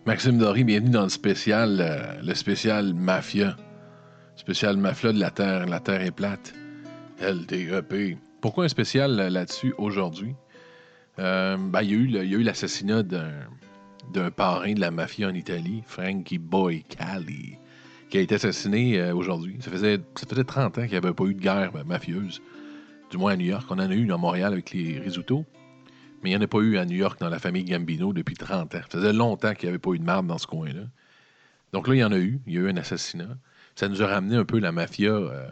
Maxime Doré, bienvenue dans le spécial Mafia. Spécial Mafia de la Terre. La Terre est plate. LTEP. Pourquoi un spécial là-dessus aujourd'hui? Il y a eu l'assassinat d'un parrain de la mafia en Italie, Frankie Boy Cali, qui a été assassiné aujourd'hui. Ça faisait 30 ans qu'il n'y avait pas eu de guerre mafieuse. Du moins à New York. On en a eu une à Montréal avec les Risotto. Mais il n'y en a pas eu à New York dans la famille Gambino depuis 30 ans. Ça faisait longtemps qu'il n'y avait pas eu de marde dans ce coin-là. Donc là, il y en a eu. Il y a eu un assassinat. Ça nous a ramené un peu la mafia,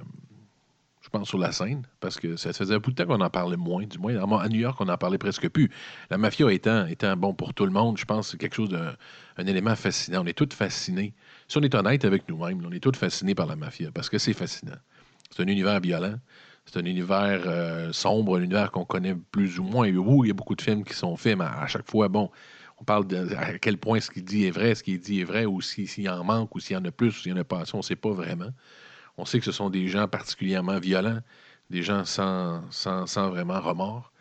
je pense, sur la scène, parce que ça faisait un bout de temps qu'on en parlait moins. Du moins, à New York, on n'en parlait presque plus. La mafia étant bon pour tout le monde, je pense que c'est quelque chose un élément fascinant. On est tous fascinés. Si on est honnête avec nous-mêmes, on est tous fascinés par la mafia, parce que c'est fascinant. C'est un univers violent. C'est un univers sombre, un univers qu'on connaît plus ou moins. Oui, il y a beaucoup de films qui sont faits, mais à chaque fois, bon, on parle de à quel point ce qu'il dit est vrai, ce qu'il dit est vrai, ou s'il en manque, ou s'il y en a plus, ou s'il y en a pas assez, on ne sait pas vraiment. On sait que ce sont des gens particulièrement violents, des gens sans vraiment remords.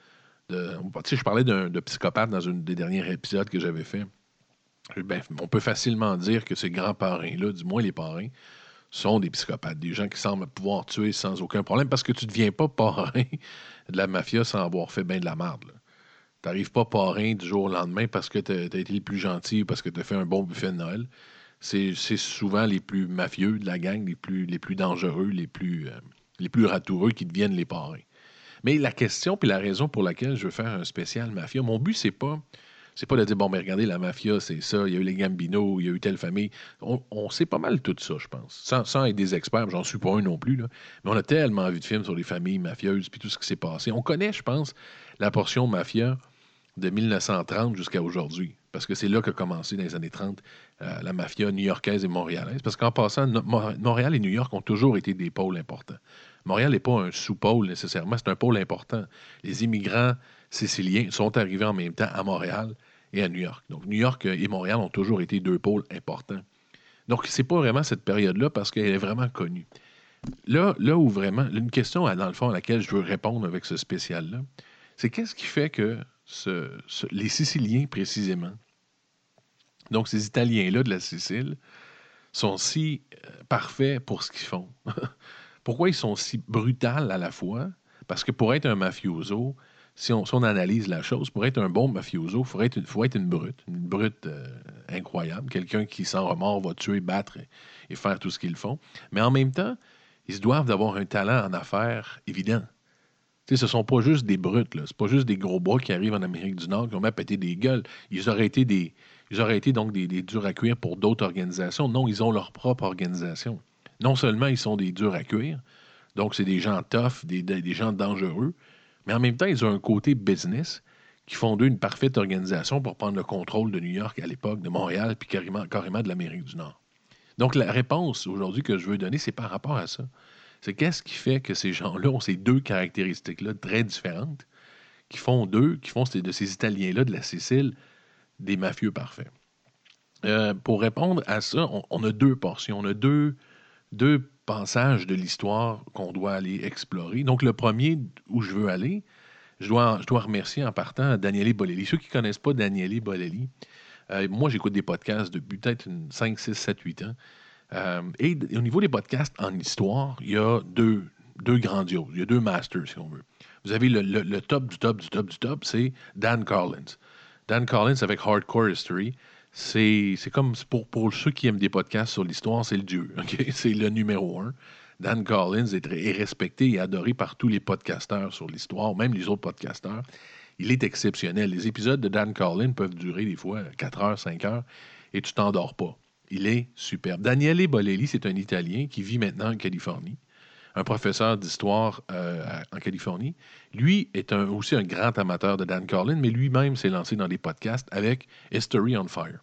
Je parlais de psychopathe dans un des derniers épisodes que j'avais fait. Ben, on peut facilement dire que ces grands parrains-là, du moins les parrains, sont des psychopathes, des gens qui semblent pouvoir tuer sans aucun problème, parce que tu ne deviens pas parrain de la mafia sans avoir fait bien de la merde. Tu n'arrives pas parrain du jour au lendemain parce que tu as été le plus gentil ou parce que tu as fait un bon buffet de Noël. C'est souvent les plus mafieux de la gang, les plus dangereux, les plus ratoureux qui deviennent les parrains. Mais la question puis la raison pour laquelle je veux faire un spécial mafia, mon but, c'est pas de dire, bon, mais regardez, la mafia, c'est ça, il y a eu les Gambino, il y a eu telle famille. On sait pas mal tout ça, je pense. Sans être des experts, j'en suis pas un non plus, là. Mais on a tellement vu de films sur les familles mafieuses puis tout ce qui s'est passé. On connaît, je pense, la portion mafia de 1930 jusqu'à aujourd'hui. Parce que c'est là qu'a commencé, dans les années 30, la mafia new-yorkaise et montréalaise. Parce qu'en passant, Montréal et New York ont toujours été des pôles importants. Montréal n'est pas un sous-pôle nécessairement, c'est un pôle important. Les immigrants siciliens sont arrivés en même temps à Montréal et à New York. Donc, New York et Montréal ont toujours été deux pôles importants. Donc, c'est pas vraiment cette période-là parce qu'elle est vraiment connue. Là où vraiment, une question, dans le fond, à laquelle je veux répondre avec ce spécial-là, c'est qu'est-ce qui fait que les Siciliens, précisément, donc ces Italiens-là de la Sicile, sont si parfaits pour ce qu'ils font? Pourquoi ils sont si brutals à la fois? Parce que pour être un mafioso, si on analyse la chose, pour être un bon mafioso, il faut être une brute incroyable, quelqu'un qui, sans remords, va tuer, battre et faire tout ce qu'ils font. Mais en même temps, ils se doivent d'avoir un talent en affaires évident. Tu sais, ce sont pas juste des brutes, là. C'est pas juste des gros bras qui arrivent en Amérique du Nord qui ont mis à péter des gueules. Ils auraient été donc des durs à cuire pour d'autres organisations. Non, ils ont leur propre organisation. Non seulement ils sont des durs à cuire, donc c'est des gens tough, des gens dangereux, mais en même temps, ils ont un côté business qui font d'eux une parfaite organisation pour prendre le contrôle de New York à l'époque, de Montréal, puis carrément de l'Amérique du Nord. Donc la réponse aujourd'hui que je veux donner, c'est par rapport à ça. C'est qu'est-ce qui fait que ces gens-là ont ces deux caractéristiques-là très différentes, qui font de ces Italiens-là de la Sicile des mafieux parfaits. Pour répondre à ça, on a deux portions, on a deux passages de l'histoire qu'on doit aller explorer. Donc le premier où je veux aller, je dois remercier en partant Daniele Bolelli. Ceux qui ne connaissent pas Daniele Bolelli, moi j'écoute des podcasts depuis peut-être 5, 6, 7, 8 ans. Et au niveau des podcasts en histoire, il y a deux grandioses. Il y a deux masters, si on veut. Vous avez le top du top du top du top, c'est Dan Carlins. Dan Carlins avec Hardcore History, c'est comme pour ceux qui aiment des podcasts sur l'histoire, c'est le dieu. OK? C'est le numéro un. Dan Collins est respecté et adoré par tous les podcasteurs sur l'histoire, même les autres podcasteurs. Il est exceptionnel. Les épisodes de Dan Carlin peuvent durer des fois 4 heures, 5 heures, et tu t'endors pas. Il est superbe. Daniele Bolelli, c'est un Italien qui vit maintenant en Californie, un professeur d'histoire en Californie. Lui est aussi un grand amateur de Dan Carlin, mais lui-même s'est lancé dans des podcasts avec History on Fire.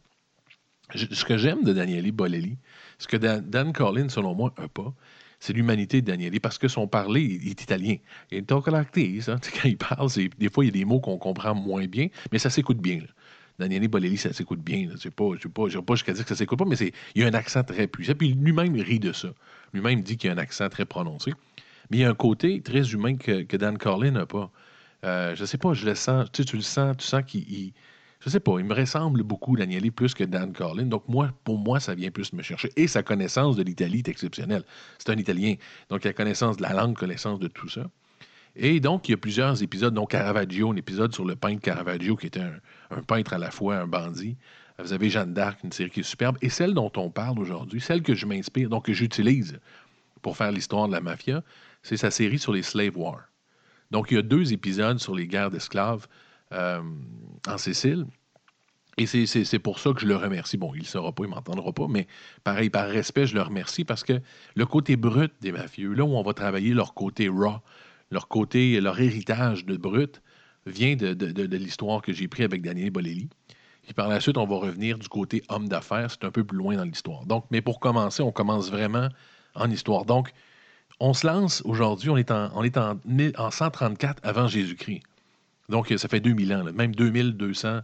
Ce que j'aime de Daniele Bolelli, ce que Dan Carlin, selon moi, n'a pas, c'est l'humanité de Daniele, parce que son parler, il est italien. Il est hein? Quand il parle, des fois, il y a des mots qu'on comprend moins bien, mais ça s'écoute bien. Là. Daniele Bolelli, ça s'écoute bien. Je ne pas jusqu'à dire que ça s'écoute pas, mais il y a un accent très puissant. Puis lui-même rit de ça. Lui-même dit qu'il y a un accent très prononcé. Mais il y a un côté très humain que Dan Carlin n'a pas. Je ne sais pas, je le sens. Tu le sens, tu sens qu'il je sais pas, il me ressemble beaucoup, Danieli, plus que Dan Carlin. Donc, pour moi, ça vient plus me chercher. Et sa connaissance de l'Italie est exceptionnelle. C'est un Italien. Donc, il a connaissance de la langue, connaissance de tout ça. Et donc, il y a plusieurs épisodes, dont Caravaggio, un épisode sur le peintre Caravaggio, qui était un peintre à la fois, un bandit. Vous avez Jeanne d'Arc, une série qui est superbe. Et celle dont on parle aujourd'hui, celle que je m'inspire, donc que j'utilise pour faire l'histoire de la mafia, c'est sa série sur les Slave Wars. Donc, il y a 2 épisodes sur les guerres d'esclaves euh, en Sicile. Et c'est pour ça que je le remercie. Bon, il ne le saura pas, il ne m'entendra pas, mais pareil, par respect, je le remercie parce que le côté brut des mafieux, là où on va travailler leur côté raw, leur héritage de brut, vient de l'histoire que j'ai pris avec Daniele Bolelli. Puis par la suite, on va revenir du côté homme d'affaires. C'est un peu plus loin dans l'histoire. Donc, mais pour commencer, on commence vraiment en histoire. Donc, on se lance aujourd'hui, on est en 134 avant Jésus-Christ. Donc, ça fait 2000 ans, là, même 2200,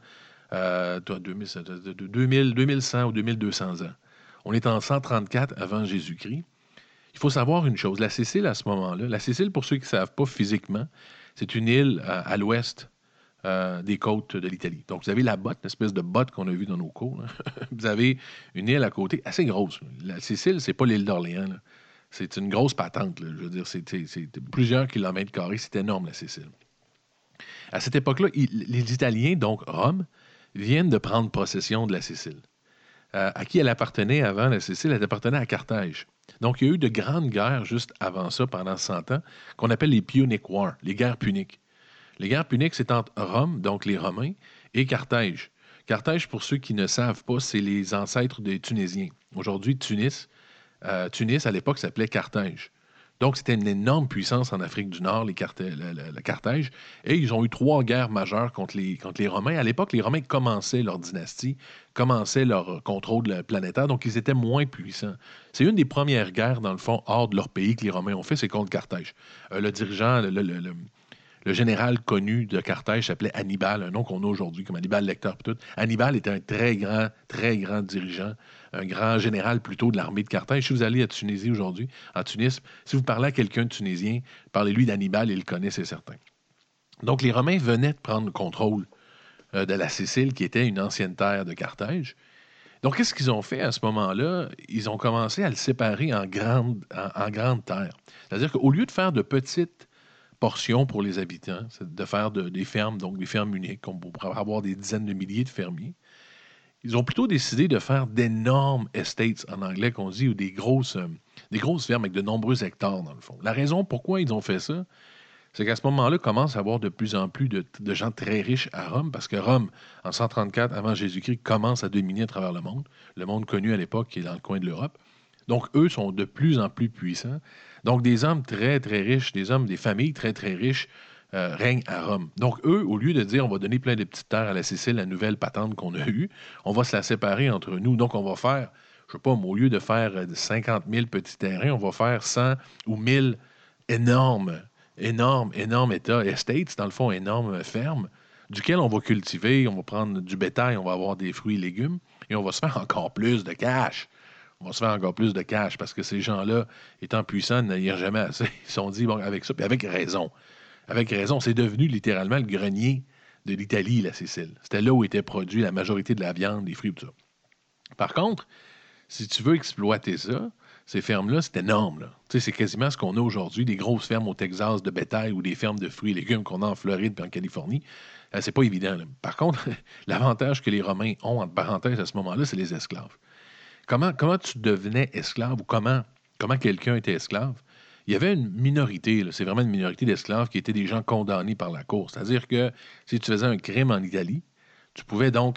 2100 ou 2200 ans. On est en 134 avant Jésus-Christ. Il faut savoir une chose, la Sicile à ce moment-là, la Sicile, pour ceux qui ne savent pas physiquement, c'est une île à l'ouest des côtes de l'Italie. Donc, vous avez la botte, l'espèce de botte qu'on a vue dans nos cours. Là. Vous avez une île à côté assez grosse. La Sicile, c'est pas l'île d'Orléans. Là. C'est une grosse patente. Là. Je veux dire, c'est plusieurs kilomètres carrés. C'est énorme, la Sicile. À cette époque-là, les Italiens, donc Rome, viennent de prendre possession de la Sicile. À qui elle appartenait avant la Sicile? Elle appartenait à Carthage. Donc, il y a eu de grandes guerres juste avant ça, pendant 100 ans, qu'on appelle les Punic Wars, les guerres puniques. Les guerres puniques, c'est entre Rome, donc les Romains, et Carthage. Carthage, pour ceux qui ne savent pas, c'est les ancêtres des Tunisiens. Aujourd'hui, Tunis, à l'époque, s'appelait Carthage. Donc, c'était une énorme puissance en Afrique du Nord, le Carthage. Et ils ont eu 3 guerres majeures contre les Romains. À l'époque, les Romains commençaient leur dynastie, commençaient leur contrôle planétaire, donc ils étaient moins puissants. C'est une des premières guerres, dans le fond, hors de leur pays que les Romains ont fait, c'est contre Carthage. Le dirigeant, le général connu de Carthage s'appelait Hannibal, un nom qu'on a aujourd'hui comme Hannibal Lecter. Tout. Hannibal était un très grand dirigeant, un grand général plutôt de l'armée de Carthage. Si vous allez à Tunisie aujourd'hui, en Tunis, si vous parlez à quelqu'un de tunisien, parlez-lui d'Hannibal, il le connaît, c'est certain. Donc les Romains venaient de prendre le contrôle de la Sicile, qui était une ancienne terre de Carthage. Donc qu'est-ce qu'ils ont fait à ce moment-là? Ils ont commencé à le séparer en grandes terres. C'est-à-dire qu'au lieu de faire de petites portions pour les habitants, c'est de faire des fermes, donc des fermes uniques. On pourrait avoir des dizaines de milliers de fermiers. Ils ont plutôt décidé de faire d'énormes estates, en anglais qu'on dit, ou des grosses fermes avec de nombreux hectares, dans le fond. La raison pourquoi ils ont fait ça, c'est qu'à ce moment-là, commence à avoir de plus en plus de gens très riches à Rome, parce que Rome, en 134 avant Jésus-Christ, commence à dominer à travers le monde connu à l'époque qui est dans le coin de l'Europe. Donc, eux sont de plus en plus puissants. Donc, des hommes très, très riches, des familles très, très riches règnent à Rome. Donc, eux, au lieu de dire on va donner plein de petites terres à la Sicile, la nouvelle patente qu'on a eue, on va se la séparer entre nous. Donc, on va faire, je sais pas, au lieu de faire 50 000 petits terrains, on va faire 100 ou 1000 énormes, énormes estates, dans le fond, énormes fermes, duquel on va cultiver, on va prendre du bétail, on va avoir des fruits et légumes, et on va se faire encore plus de cash. On va se faire encore plus de cash parce que ces gens-là, étant puissants, n'aillent jamais assez. Ils se sont dit, bon, avec ça, puis avec raison. Avec raison, c'est devenu littéralement le grenier de l'Italie, la Sicile. C'était là où était produit la majorité de la viande, des fruits, tout ça. Par contre, si tu veux exploiter ça, ces fermes-là, c'est énorme. Là. Tu sais, c'est quasiment ce qu'on a aujourd'hui, des grosses fermes au Texas de bétail ou des fermes de fruits et légumes qu'on a en Floride et en Californie. C'est pas évident. Là. Par contre, l'avantage que les Romains ont, entre parenthèses, à ce moment-là, c'est les esclaves. Comment tu devenais esclave ou comment quelqu'un était esclave? Il y avait une minorité, là, c'est vraiment une minorité d'esclaves qui étaient des gens condamnés par la cour. C'est-à-dire que si tu faisais un crime en Italie, tu pouvais donc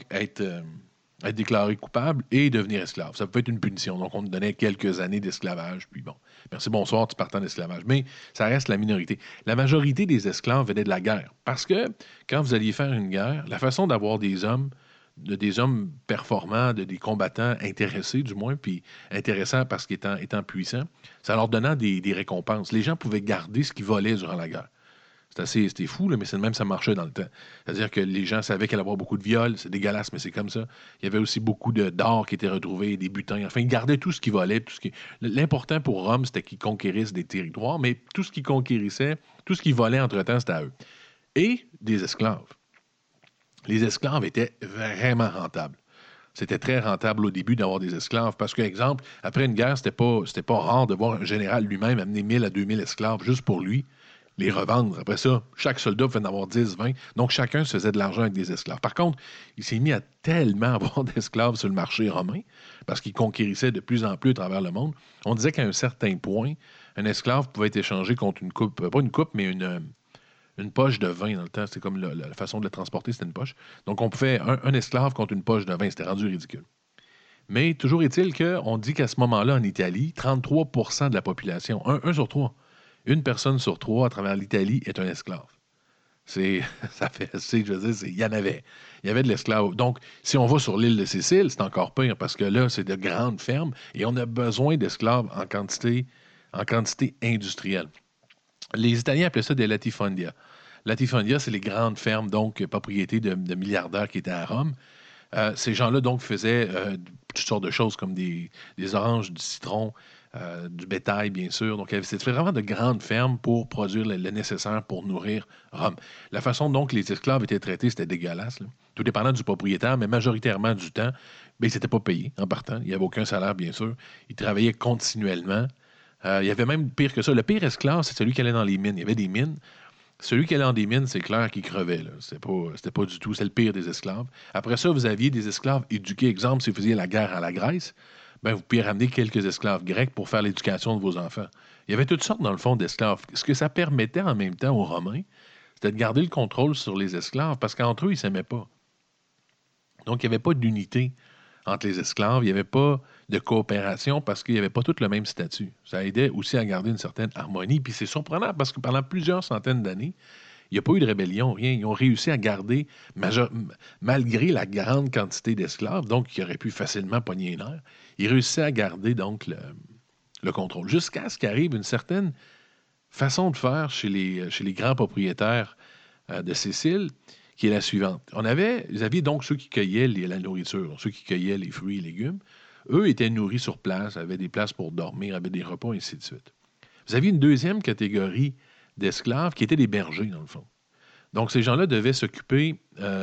être déclaré coupable et devenir esclave. Ça pouvait être une punition. Donc, on te donnait quelques années d'esclavage. Puis bon, merci, bonsoir, tu partais en esclavage. Mais ça reste la minorité. La majorité des esclaves venaient de la guerre. Parce que quand vous alliez faire une guerre, la façon d'avoir des hommes performants, des combattants intéressés, du moins, puis intéressants parce qu'étant puissants, ça leur donnait des récompenses. Les gens pouvaient garder ce qu'ils volaient durant la guerre. C'était fou, là, mais c'est de même ça marchait dans le temps. C'est-à-dire que les gens savaient qu'il allait y avoir beaucoup de viols, c'est dégueulasse, mais c'est comme ça. Il y avait aussi beaucoup d'or qui était retrouvé, des butins. Enfin, ils gardaient tout ce qui volait. L'important pour Rome, c'était qu'ils conquérissent des territoires, mais tout ce qu'ils conquérissaient, tout ce qui volait entre-temps, c'était à eux. Et des esclaves. Les esclaves étaient vraiment rentables. C'était très rentable au début d'avoir des esclaves parce que, exemple, après une guerre, c'était pas rare de voir un général lui-même amener 1000 à 2000 esclaves juste pour lui, les revendre. Après ça, chaque soldat pouvait en avoir 10, 20. Donc, chacun se faisait de l'argent avec des esclaves. Par contre, il s'est mis à tellement avoir d'esclaves sur le marché romain parce qu'il conquérissait de plus en plus à travers le monde. On disait qu'à un certain point, un esclave pouvait être échangé contre une coupe, pas une coupe, mais une poche de vin dans le temps. C'était comme la façon de le transporter, c'était une poche. Donc, on pouvait un esclave contre une poche de vin. C'était rendu ridicule. Mais toujours est-il qu'on dit qu'à ce moment-là, en Italie, 33 de la population, un sur trois, une personne sur trois à travers l'Italie est un esclave. C'est, ça fait assez, je veux dire, il y en avait. Il y avait de l'esclave. Donc, si on va sur l'île de Sicile, c'est encore pire parce que là, c'est de grandes fermes et on a besoin d'esclaves en quantité industrielle. Les Italiens appelaient ça des latifondia. Latifondia, c'est les grandes fermes, donc propriétés de milliardaires qui étaient à Rome. Ces gens-là, donc, faisaient toutes sortes de choses comme des oranges, du citron, du bétail, bien sûr. Donc, c'était vraiment de grandes fermes pour produire le nécessaire pour nourrir Rome. La façon dont les esclaves étaient traités, c'était dégueulasse, là. Tout dépendant du propriétaire, mais majoritairement du temps, ben, ils n'étaient pas payés en partant. Il n'y avait aucun salaire, bien sûr. Ils travaillaient continuellement. Il y avait même pire que ça. Le pire esclave, c'est celui qui allait dans les mines. Il y avait des mines. Celui qui allait dans des mines, c'est clair qu'il crevait. Là. C'était pas du tout. C'est le pire des esclaves. Après ça, vous aviez des esclaves éduqués. Exemple, si vous faisiez la guerre à la Grèce, ben, vous pouviez ramener quelques esclaves grecs pour faire l'éducation de vos enfants. Il y avait toutes sortes, dans le fond, d'esclaves. Ce que ça permettait en même temps aux Romains, c'était de garder le contrôle sur les esclaves parce qu'entre eux, ils ne s'aimaient pas. Donc, il n'y avait pas d'unité entre les esclaves. Il n'y avait pas de coopération parce qu'il n'y avait pas tous le même statut. Ça aidait aussi à garder une certaine harmonie. Puis c'est surprenant parce que pendant plusieurs centaines d'années, il n'y a pas eu de rébellion, rien. Ils ont réussi à garder, malgré la grande quantité d'esclaves, donc qui auraient pu facilement pogner les nerfs, ils réussissaient à garder donc le contrôle. Jusqu'à ce qu'arrive une certaine façon de faire chez les grands propriétaires de Sicile, qui est la suivante. Vous aviez donc ceux qui cueillaient la nourriture, ceux qui cueillaient les fruits et légumes. Eux étaient nourris sur place, avaient des places pour dormir, avaient des repas, et ainsi de suite. Vous aviez une deuxième catégorie d'esclaves qui étaient des bergers, dans le fond. Donc, ces gens-là devaient s'occuper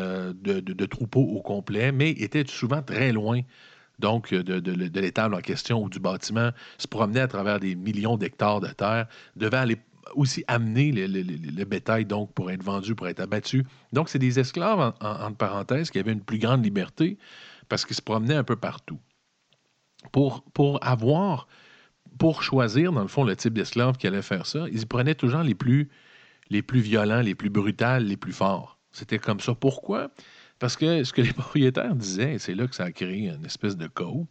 de troupeaux au complet, mais étaient souvent très loin donc de l'étable en question ou du bâtiment, se promenaient à travers des millions d'hectares de terre, devaient aller aussi amener le bétail donc pour être vendu, pour être abattu. Donc, c'est des esclaves, entre parenthèses, qui avaient une plus grande liberté parce qu'ils se promenaient un peu partout. Pour choisir, dans le fond, le type d'esclave qui allait faire ça, ils prenaient toujours les plus violents, les plus brutals, les plus forts. C'était comme ça. Pourquoi? Parce que ce que les propriétaires disaient, et c'est là que ça a créé une espèce de chaos,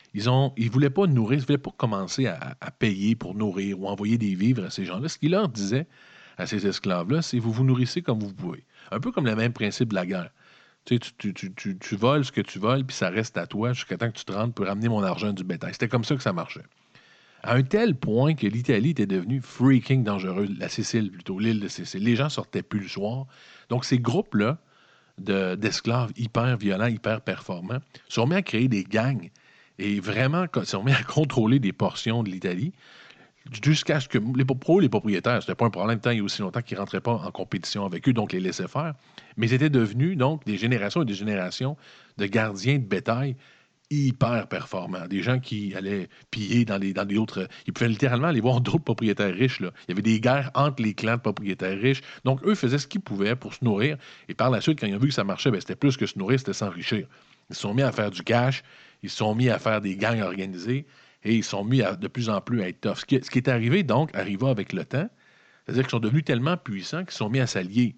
ils voulaient pas nourrir, ils voulaient pas commencer à payer pour nourrir ou envoyer des vivres à ces gens-là. Ce qu'ils leur disaient à ces esclaves-là, c'est vous vous nourrissez comme vous pouvez. Un peu comme le même principe de la guerre. Tu sais, tu voles ce que tu voles, puis ça reste à toi jusqu'à temps que tu te rendes pour ramener mon argent du bétail. C'était comme ça que ça marchait. À un tel point que l'Italie était devenue freaking dangereuse, la Sicile plutôt, l'île de Sicile. Les gens sortaient plus le soir. Donc, ces groupes-là d'esclaves hyper violents, hyper performants, sont mis à créer des gangs et vraiment sont mis à contrôler des portions de l'Italie jusqu'à ce que les propriétaires, c'était pas un problème tant il y a aussi longtemps qu'ils ne rentraient pas en compétition avec eux, donc les laissaient faire, mais ils étaient devenus donc des générations et des générations de gardiens de bétail hyper performants. Des gens qui allaient piller dans des autres. Ils pouvaient littéralement aller voir d'autres propriétaires riches. Là. Il y avait des guerres entre les clans de propriétaires riches. Donc, eux faisaient ce qu'ils pouvaient pour se nourrir. Et par la suite, quand ils ont vu que ça marchait, ben, c'était plus que se nourrir, c'était s'enrichir. Ils se sont mis à faire du cash. Ils se sont mis à faire des gangs organisés. Et ils se sont mis de plus en plus à être tough. Ce qui est arrivé, donc, arriva avec le temps. C'est-à-dire qu'ils sont devenus tellement puissants qu'ils se sont mis à s'allier.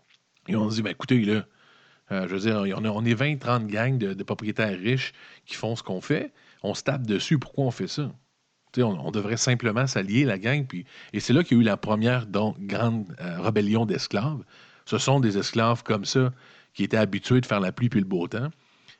Et on se dit, ben, écoutez, là, je veux dire, on est 20-30 gangs de propriétaires riches qui font ce qu'on fait. On se tape dessus. Pourquoi on fait ça? On devrait simplement s'allier, la gang. Et c'est là qu'il y a eu la première grande rébellion d'esclaves. Ce sont des esclaves comme ça qui étaient habitués de faire la pluie puis le beau temps,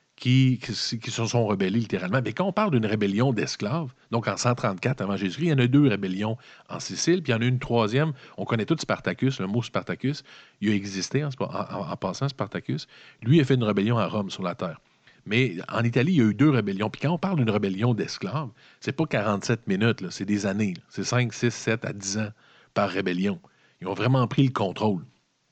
qui se sont rebellés littéralement. Mais quand on parle d'une rébellion d'esclaves, donc en 134 avant Jésus-Christ, il y en a deux rébellions en Sicile, puis il y en a une troisième. On connaît tout Spartacus, le mot Spartacus. Il a existé en passant, Spartacus. Lui, il a fait une rébellion à Rome, sur la terre. Mais en Italie, il y a eu deux rébellions. Puis quand on parle d'une rébellion d'esclaves, c'est pas 47 minutes, là, c'est des années. Là. C'est 5, 6, 7 à 10 ans par rébellion. Ils ont vraiment pris le contrôle.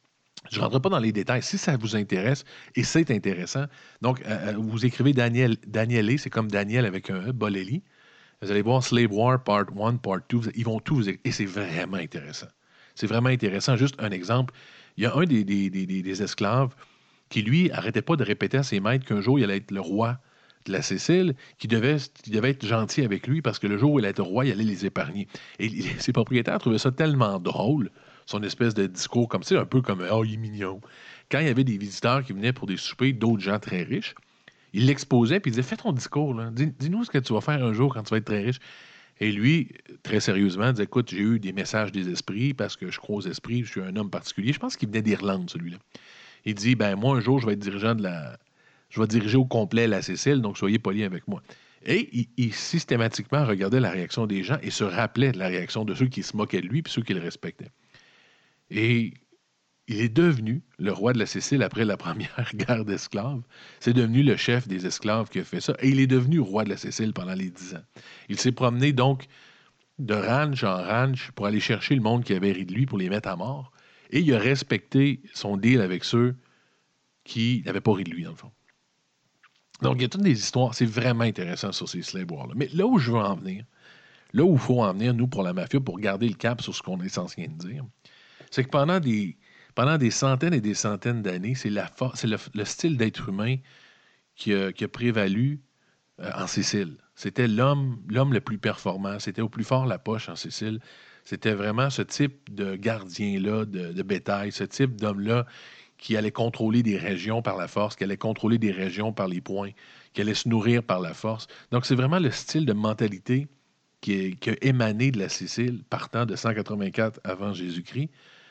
Je ne rentrerai pas dans les détails. Si ça vous intéresse, et c'est intéressant, donc vous écrivez Daniele, c'est comme Daniel avec un E, Bolelli. Vous allez voir Slave War, Part 1, Part 2, ils vont tout vous... Et c'est vraiment intéressant. C'est vraiment intéressant. Juste un exemple. Il y a un des esclaves qui, lui, arrêtait pas de répéter à ses maîtres qu'un jour, il allait être le roi de la Sicile, qui devait être gentil avec lui parce que le jour où il allait être roi, il allait les épargner. Et ses propriétaires trouvaient ça tellement drôle, son espèce de discours comme ça, un peu comme « Oh, il est mignon ». Quand il y avait des visiteurs qui venaient pour des soupers d'autres gens très riches, il l'exposait puis il disait fais ton discours, là. Dis-nous ce que tu vas faire un jour quand tu vas être très riche. Et lui, très sérieusement, disait écoute, j'ai eu des messages des esprits parce que je crois aux esprits, je suis un homme particulier. Je pense qu'il venait d'Irlande, celui-là. Il dit ben moi, un jour, je vais être dirigeant de la. Je vais diriger au complet la Sicile, donc soyez polis avec moi. Et il systématiquement regardait la réaction des gens et se rappelait de la réaction de ceux qui se moquaient de lui et ceux qui le respectaient. Et il est devenu le roi de la Sicile après la première guerre d'esclaves. C'est devenu le chef des esclaves qui a fait ça. Et il est devenu roi de la Sicile pendant les 10 ans. Il s'est promené donc de ranch en ranch pour aller chercher le monde qui avait ri de lui pour les mettre à mort. Et il a respecté son deal avec ceux qui n'avaient pas ri de lui, dans le fond. Donc, il y a toutes des histoires. C'est vraiment intéressant sur ces slave wars-là. Mais là où je veux en venir, là où il faut en venir, nous, pour la mafia, pour garder le cap sur ce qu'on est censé dire, c'est que pendant des centaines et des centaines d'années, c'est le style d'être humain qui a prévalu en Sicile. C'était l'homme le plus performant. C'était au plus fort la poche en Sicile. C'était vraiment ce type de gardien-là, de bétail, ce type d'homme-là qui allait contrôler des régions par la force, qui allait contrôler des régions par les poings, qui allait se nourrir par la force. Donc, c'est vraiment le style de mentalité qui a émané de la Sicile, partant de 184 avant Jésus-Christ,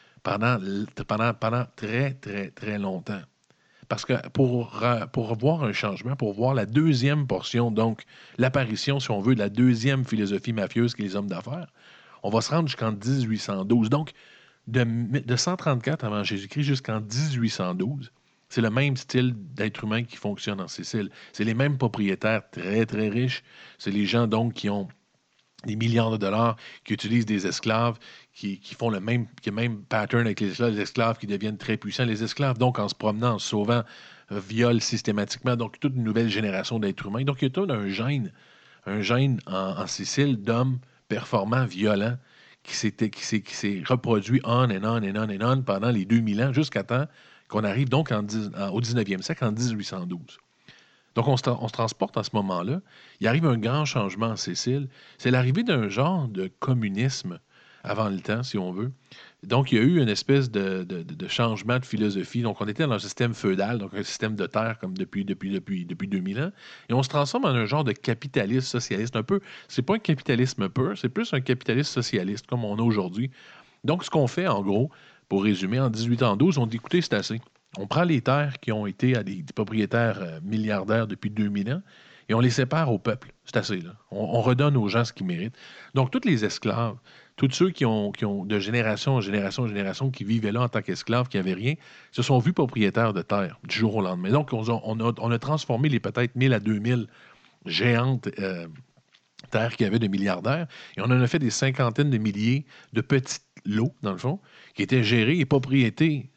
pendant très, très, très longtemps. Parce que pour voir un changement, pour voir la deuxième portion, donc l'apparition, si on veut, de la deuxième philosophie mafieuse qui est les hommes d'affaires, on va se rendre jusqu'en 1812. Donc, de 134 avant Jésus-Christ jusqu'en 1812, c'est le même style d'être humain qui fonctionne en Sicile. C'est les mêmes propriétaires très, très riches. C'est les gens, donc, qui ont des milliards de dollars, qui utilisent des esclaves, qui font le même pattern avec les esclaves qui deviennent très puissants. Les esclaves, donc, en se promenant, en se sauvant, violent systématiquement, donc toute une nouvelle génération d'êtres humains. Donc, il y a tout un gène en Sicile d'hommes performants, violents, qui s'est reproduit on and on and on and on pendant les 2000 ans, jusqu'à temps qu'on arrive donc au 19e siècle, en 1812. Donc, on se transporte à ce moment-là. Il arrive un grand changement en Sicile. C'est l'arrivée d'un genre de communisme avant le temps, si on veut. Donc, il y a eu une espèce de changement de philosophie. Donc, on était dans un système feudal, donc un système de terre comme depuis 2000 ans. Et on se transforme en un genre de capitalisme socialiste. Un peu, c'est pas un capitalisme pur, c'est plus un capitalisme socialiste comme on a aujourd'hui. Donc, ce qu'on fait, en gros, pour résumer, en 1812, on dit, écoutez, c'est assez. On prend les terres qui ont été à des propriétaires milliardaires depuis 2000 ans et on les sépare au peuple. C'est assez, là. On redonne aux gens ce qu'ils méritent. Donc, tous les esclaves, tous ceux qui ont de génération en génération en génération, qui vivaient là en tant qu'esclaves, qui n'avaient rien, se sont vus propriétaires de terres du jour au lendemain. Donc, on a transformé les peut-être 1000 à 2000 géantes terres qu'il y avait de milliardaires, et on en a fait des cinquantaines de milliers de petits lots, dans le fond, qui étaient gérés et propriétés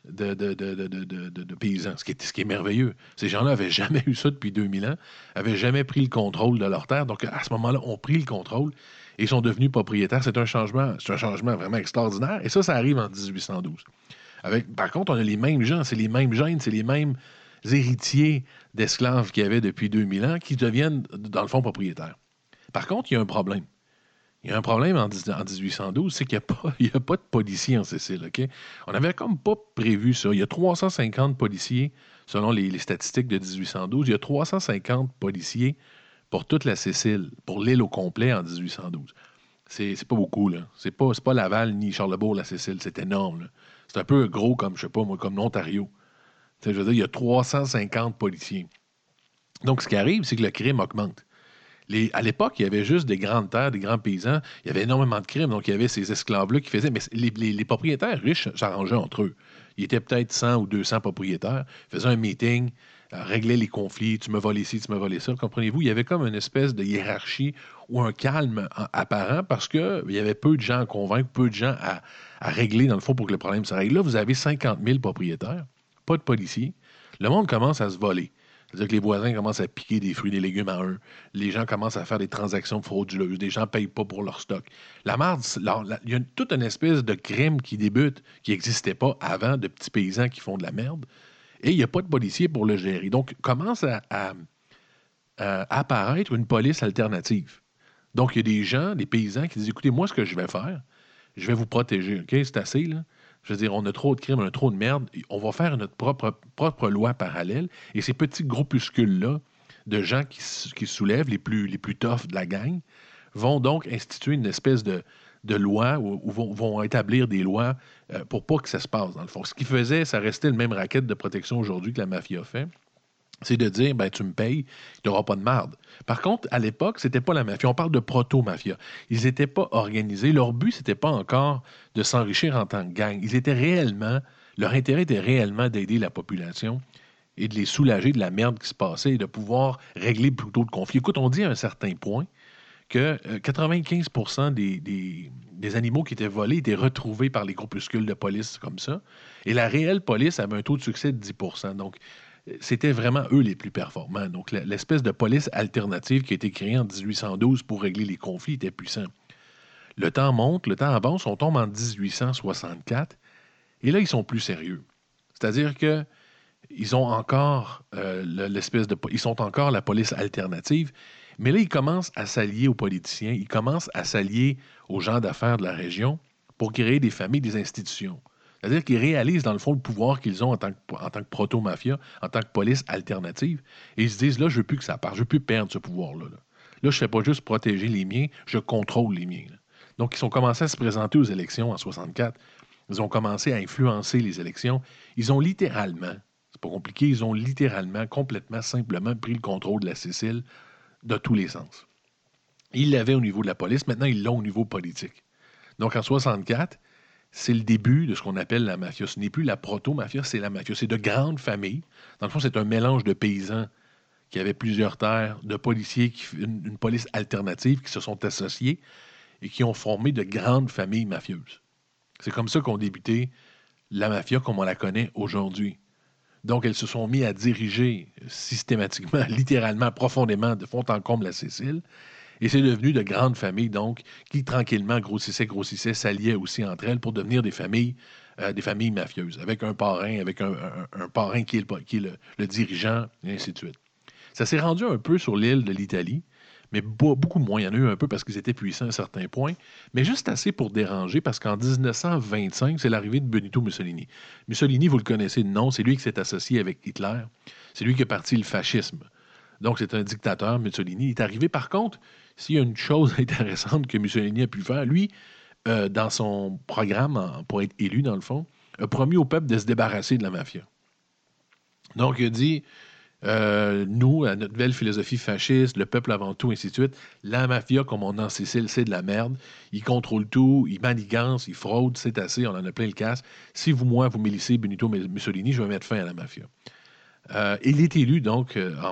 de paysans, ce qui est merveilleux. Ces gens-là n'avaient jamais eu ça depuis 2000 ans, n'avaient jamais pris le contrôle de leurs terres, donc à ce moment-là, ont pris le contrôle et sont devenus propriétaires. C'est un changement vraiment extraordinaire, et ça arrive en 1812. Par contre, on a les mêmes gens, c'est les mêmes gènes, c'est les mêmes héritiers d'esclaves qu'il y avait depuis 2000 ans qui deviennent, dans le fond, propriétaires. Par contre, il y a un problème. Il y a un problème en 1812, c'est qu'il n'y a pas de policiers en Sicile. OK? On n'avait comme pas prévu ça. Il y a 350 policiers, selon les statistiques de 1812. Il y a 350 policiers pour toute la Sicile, pour l'île au complet en 1812. C'est pas beaucoup, là. C'est pas Laval ni Charlebourg, la Sicile. C'est énorme, là. C'est un peu gros comme, je sais pas, moi, comme l'Ontario. Je veux dire, il y a 350 policiers. Donc, ce qui arrive, c'est que le crime augmente. À l'époque, il y avait juste des grandes terres, des grands paysans. Il y avait énormément de crimes. Donc, il y avait ces esclaves-là qui faisaient. Mais les propriétaires riches s'arrangeaient entre eux. Il y était peut-être 100 ou 200 propriétaires. Ils faisaient un meeting réglaient les conflits, tu me voles ici, tu me voles ça. Comprenez-vous, il y avait comme une espèce de hiérarchie ou un calme apparent parce qu'il y avait peu de gens à convaincre, peu de gens à régler, dans le fond, pour que le problème se règle. Là, vous avez 50 000 propriétaires, pas de policiers. Le monde commence à se voler. C'est-à-dire que les voisins commencent à piquer des fruits et des légumes à un. Les gens commencent à faire des transactions frauduleuses. Des gens ne payent pas pour leur stock. La marde, il y a toute une espèce de crime qui débute, qui n'existait pas avant, de petits paysans qui font de la merde. Et il n'y a pas de policiers pour le gérer. Donc, commence à apparaître une police alternative. Donc, il y a des gens, des paysans qui disent, écoutez, moi, ce que je vais faire, je vais vous protéger. OK? C'est assez, là. Je veux dire, on a trop de crimes, on a trop de merde. On va faire notre propre loi parallèle. Et ces petits groupuscules-là de gens qui se soulèvent, les plus toughs de la gang, vont donc instituer une espèce de loi ou vont établir des lois pour pas que ça se passe, dans le fond. Ce qu'ils faisaient, ça restait le même racket de protection aujourd'hui que la mafia fait. C'est de dire, ben, tu me payes, tu n'auras pas de marde. Par contre, à l'époque, c'était pas la mafia. On parle de proto-mafia. Ils n'étaient pas organisés. Leur but, c'était pas encore de s'enrichir en tant que gang. Leur intérêt était réellement d'aider la population et de les soulager de la merde qui se passait et de pouvoir régler plutôt le conflit. Écoute, on dit à un certain point que 95 des animaux qui étaient volés étaient retrouvés par les groupuscules de police comme ça. Et la réelle police avait un taux de succès de 10. Donc, c'était vraiment eux les plus performants. Donc, l'espèce de police alternative qui a été créée en 1812 pour régler les conflits était puissant. Le temps monte, le temps avance, on tombe en 1864, et là, ils sont plus sérieux. C'est-à-dire que ils ont encore ils sont encore la police alternative, mais là, ils commencent à s'allier aux politiciens, ils commencent à s'allier aux gens d'affaires de la région pour créer des familles, des institutions. C'est-à-dire qu'ils réalisent, dans le fond, le pouvoir qu'ils ont en tant que proto-mafia, en tant que police alternative, et ils se disent, là, je ne veux plus que ça parte, je ne veux plus perdre ce pouvoir-là. Là, je ne fais pas juste protéger les miens, je contrôle les miens. Là. Donc, ils ont commencé à se présenter aux élections en 64. Ils ont commencé à influencer les élections. Ils ont littéralement, c'est pas compliqué, ils ont littéralement, complètement, simplement pris le contrôle de la Sicile de tous les sens. Ils l'avaient au niveau de la police, maintenant ils l'ont au niveau politique. Donc en 64, c'est le début de ce qu'on appelle la mafia. Ce n'est plus la proto-mafia, c'est la mafia. C'est de grandes familles. Dans le fond, c'est un mélange de paysans qui avaient plusieurs terres, de policiers, une police alternative qui se sont associés et qui ont formé de grandes familles mafieuses. C'est comme ça qu'ont débuté la mafia comme on la connaît aujourd'hui. Donc, elles se sont mis à diriger systématiquement, littéralement, profondément, de fond en comble la Sicile. Et c'est devenu de grandes familles, donc, qui tranquillement grossissaient, s'alliaient aussi entre elles pour devenir des familles mafieuses, avec un parrain, un parrain qui est le dirigeant, et ainsi de suite. Ça s'est rendu un peu sur l'île de l'Italie, mais beaucoup moins. Il y en a eu un peu parce qu'ils étaient puissants à un certain point, mais juste assez pour déranger, parce qu'en 1925, c'est l'arrivée de Benito Mussolini. Mussolini, vous le connaissez de nom, c'est lui qui s'est associé avec Hitler. C'est lui qui a parti le fascisme. Donc, c'est un dictateur, Mussolini. Il est arrivé, par contre, s'il y a une chose intéressante que Mussolini a pu faire, lui, dans son programme pour être élu, dans le fond, a promis au peuple de se débarrasser de la mafia. Donc, il a dit, nous, à notre belle philosophie fasciste, le peuple avant tout, ainsi de suite, la mafia, comme on a en Sicile, c'est de la merde. Ils contrôlent tout, ils manigancent, ils fraudent, c'est assez, on en a plein le casse. Si vous mélissez Benito Mussolini, je vais mettre fin à la mafia. Il est élu, donc, en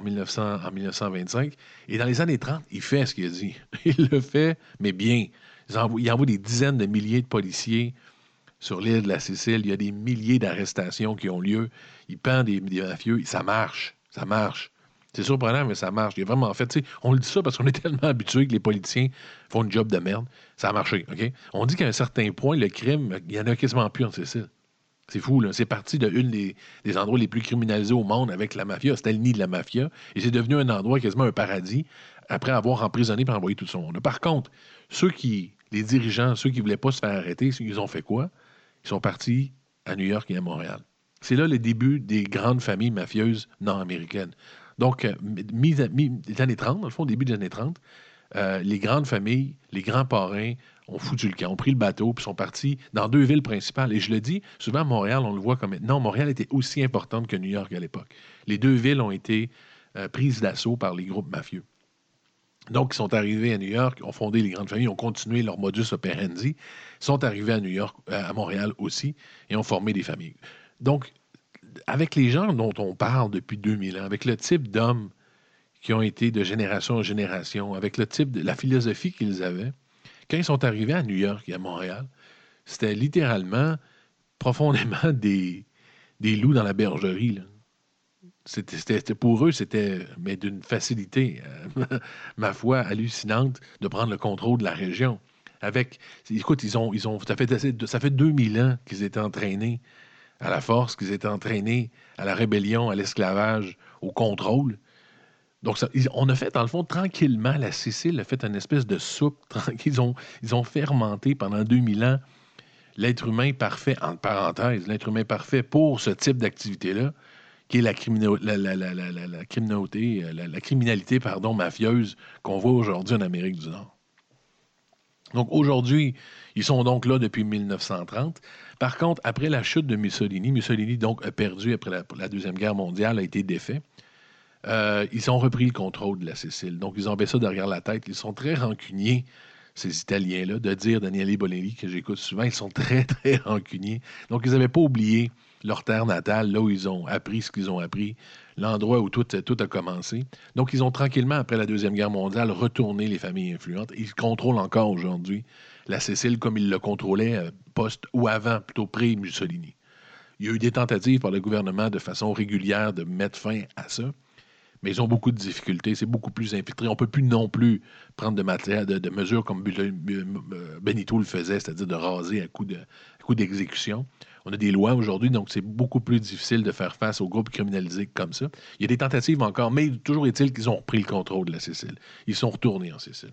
1925. Et dans les années 30, il fait ce qu'il a dit. Il le fait, mais bien. Il envoie des dizaines de milliers de policiers sur l'île de la Sicile. Il y a des milliers d'arrestations qui ont lieu. Il pend des mafieux. Ça marche. Ça marche. C'est surprenant, mais ça marche. Il a vraiment fait, tu sais, on le dit ça parce qu'on est tellement habitué que les politiciens font une job de merde. Ça a marché, OK? On dit qu'à un certain point, le crime, il n'y en a quasiment plus en Sicile. C'est fou, là. C'est parti de une des endroits les plus criminalisés au monde avec la mafia. C'était le nid de la mafia. Et c'est devenu un endroit quasiment un paradis après avoir emprisonné et envoyé tout son monde. Par contre, les dirigeants, ceux qui ne voulaient pas se faire arrêter, ils ont fait quoi? Ils sont partis à New York et à Montréal. C'est là le début des grandes familles mafieuses nord-américaines. Donc, les années 30, dans le fond, début des années 30, les grandes familles, les grands parrains ont foutu le camp, ont pris le bateau, puis sont partis dans deux villes principales. Et je le dis, souvent, Montréal, on le voit comme... Non, Montréal était aussi importante que New York à l'époque. Les deux villes ont été prises d'assaut par les groupes mafieux. Donc, ils sont arrivés à New York, ont fondé les grandes familles, ont continué leur modus operandi, sont arrivés à New York, à Montréal aussi, et ont formé des familles. Donc, avec les gens dont on parle depuis 2000 ans, avec le type d'hommes qui ont été de génération en génération, avec le type de la philosophie qu'ils avaient, quand ils sont arrivés à New York et à Montréal, c'était littéralement, profondément des loups dans la bergerie, là. Pour eux, c'était mais d'une facilité, ma foi, hallucinante de prendre le contrôle de la région. Écoute, ça fait 2000 ans qu'ils étaient entraînés à la force, qu'ils étaient entraînés à la rébellion, à l'esclavage, au contrôle. Donc, on a fait, dans le fond, tranquillement, la Sicile a fait une espèce de soupe. Ils ont fermenté pendant 2000 ans l'être humain parfait, entre parenthèses, l'être humain parfait pour ce type d'activité-là, qui est la criminalité, pardon, mafieuse qu'on voit aujourd'hui en Amérique du Nord. Donc aujourd'hui, ils sont donc là depuis 1930. Par contre, après la chute de Mussolini donc a perdu après la Deuxième Guerre mondiale, a été défait. Ils ont repris le contrôle de la Sicile. Donc ils ont mis ça derrière la tête. Ils sont très rancuniers, ces Italiens-là, de dire Daniele Bolelli, que j'écoute souvent, ils sont très, très rancuniers. Donc ils n'avaient pas oublié leur terre natale, là où ils ont appris ce qu'ils ont appris, l'endroit où tout a commencé. Donc, ils ont tranquillement, après la Deuxième Guerre mondiale, retourné les familles influentes. Ils contrôlent encore aujourd'hui la Sicile comme ils le contrôlaient post ou avant, plutôt pré-Mussolini. Il y a eu des tentatives par le gouvernement de façon régulière de mettre fin à ça, mais ils ont beaucoup de difficultés. C'est beaucoup plus infiltré. On ne peut plus non plus prendre de mesures comme Benito le faisait, c'est-à-dire de raser à coup d'exécution. On a des lois aujourd'hui, donc c'est beaucoup plus difficile de faire face aux groupes criminalisés comme ça. Il y a des tentatives encore, mais toujours est-il qu'ils ont repris le contrôle de la Sicile. Ils sont retournés en Sicile.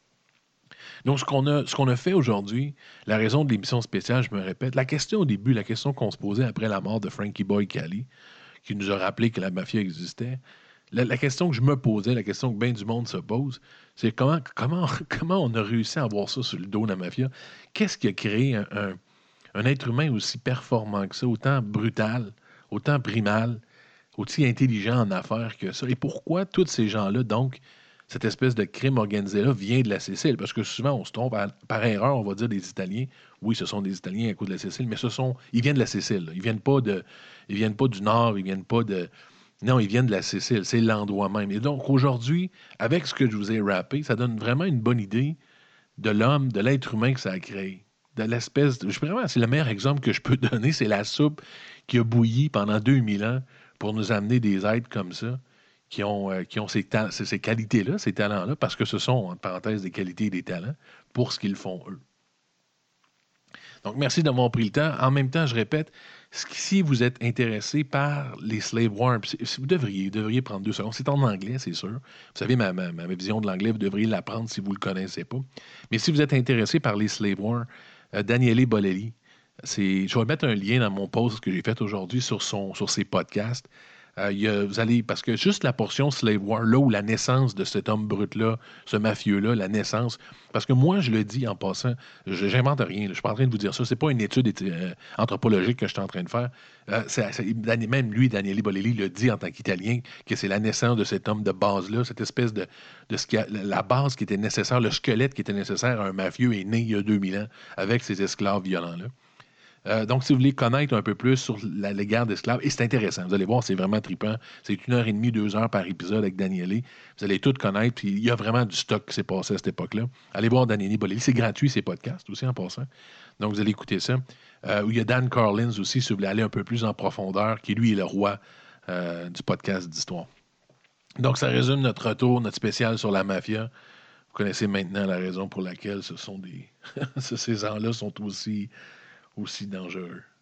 Donc, ce qu'on a fait aujourd'hui, la raison de l'émission spéciale, je me répète, la question au début, la question qu'on se posait après la mort de Frankie Boy Cali, qui nous a rappelé que la mafia existait, la question que je me posais, la question que bien du monde se pose, c'est comment on a réussi à avoir ça sur le dos de la mafia? Qu'est-ce qui a créé un être humain aussi performant que ça, autant brutal, autant primal, aussi intelligent en affaires que ça? Et pourquoi tous ces gens-là, donc, cette espèce de crime organisé-là vient de la Sicile? Parce que souvent, on se trompe, par erreur, on va dire des Italiens. Oui, ce sont des Italiens à cause de la Sicile, mais ils viennent de la Sicile, là. Ils viennent pas du Nord, ils viennent pas de... Non, ils viennent de la Sicile, c'est l'endroit même. Et donc, aujourd'hui, avec ce que je vous ai rappé, ça donne vraiment une bonne idée de l'homme, de l'être humain que ça a créé. De l'espèce vraiment, c'est le meilleur exemple que je peux donner, c'est la soupe qui a bouilli pendant 2000 ans pour nous amener des êtres comme ça, qui ont ces qualités-là, ces talents-là, parce que ce sont, entre parenthèses, des qualités et des talents pour ce qu'ils font eux. Donc, merci d'avoir pris le temps. En même temps, je répète, si vous êtes intéressé par les slave wars, vous devriez prendre 2 secondes. C'est en anglais, c'est sûr. Vous savez, ma vision de l'anglais, vous devriez l'apprendre si vous ne le connaissez pas. Mais si vous êtes intéressé par les slave wars, Daniele Bolelli, je vais mettre un lien dans mon post que j'ai fait aujourd'hui sur ses podcasts. Vous allez, parce que juste la portion Slave War, là où la naissance de cet homme brut-là, ce mafieux-là, la naissance, parce que moi, je le dis en passant, j'invente rien, je ne suis pas en train de vous dire ça, c'est pas une étude anthropologique que je suis en train de faire. Même lui, Daniele Bolelli, le dit en tant qu'Italien, que c'est la naissance de cet homme de base-là, cette espèce de la base qui était nécessaire, le squelette qui était nécessaire à un mafieux est né il y a 2000 ans avec ces esclaves violents-là. Donc, si vous voulez connaître un peu plus sur les guerres d'esclaves, et c'est intéressant, vous allez voir, c'est vraiment trippant. C'est 1h30, 2 heures par épisode avec Daniele. Vous allez tout connaître, puis il y a vraiment du stock qui s'est passé à cette époque-là. Allez voir Daniele Bolelli, c'est gratuit, ces podcasts aussi en passant. Donc, vous allez écouter ça. Il y a Dan Carlins aussi, si vous voulez aller un peu plus en profondeur, qui lui est le roi du podcast d'histoire. Donc, ça résume notre retour, notre spécial sur la mafia. Vous connaissez maintenant la raison pour laquelle ces gens-là sont aussi dangereux.